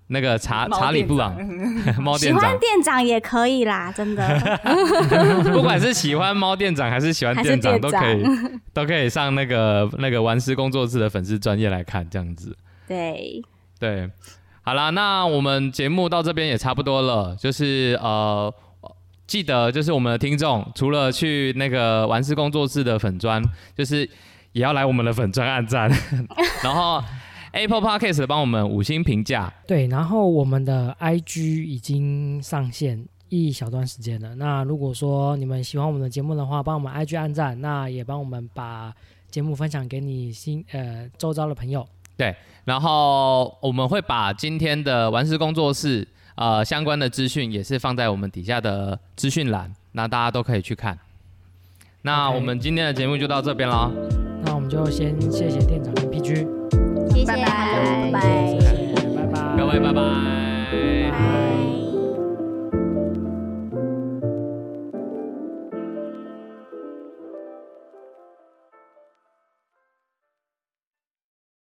那个查查理布朗猫喜店长欢，店长也可以啦，真的。 不管是喜欢猫店长还是喜欢店长， 还是店长都可以都可以上那个那个玩师工作室的粉丝专页来看，这样子。 对对，好啦，那我们节目到这边也差不多了，就是呃。记得就是我们的听众，除了去那个玩师工作室的粉专，就是也要来我们的粉专按赞，然后 Apple Podcast 帮我们五星评价。 对，然后我们的 I G 已经上线一小段时间了。那如果说你们喜欢我们的节目的话，帮我们 I G 按赞，那也帮我们把节目分享给你新呃周遭的朋友。 对，然后我们会把今天的玩师工作室。呃，相关的资讯也是放在我们底下的资讯栏，那大家都可以去看。那我们今天的节目就到这边了， 那我们就先谢谢店长跟 P G， 谢谢， 拜拜拜拜， 谢谢，拜拜， 各位拜拜。 拜拜。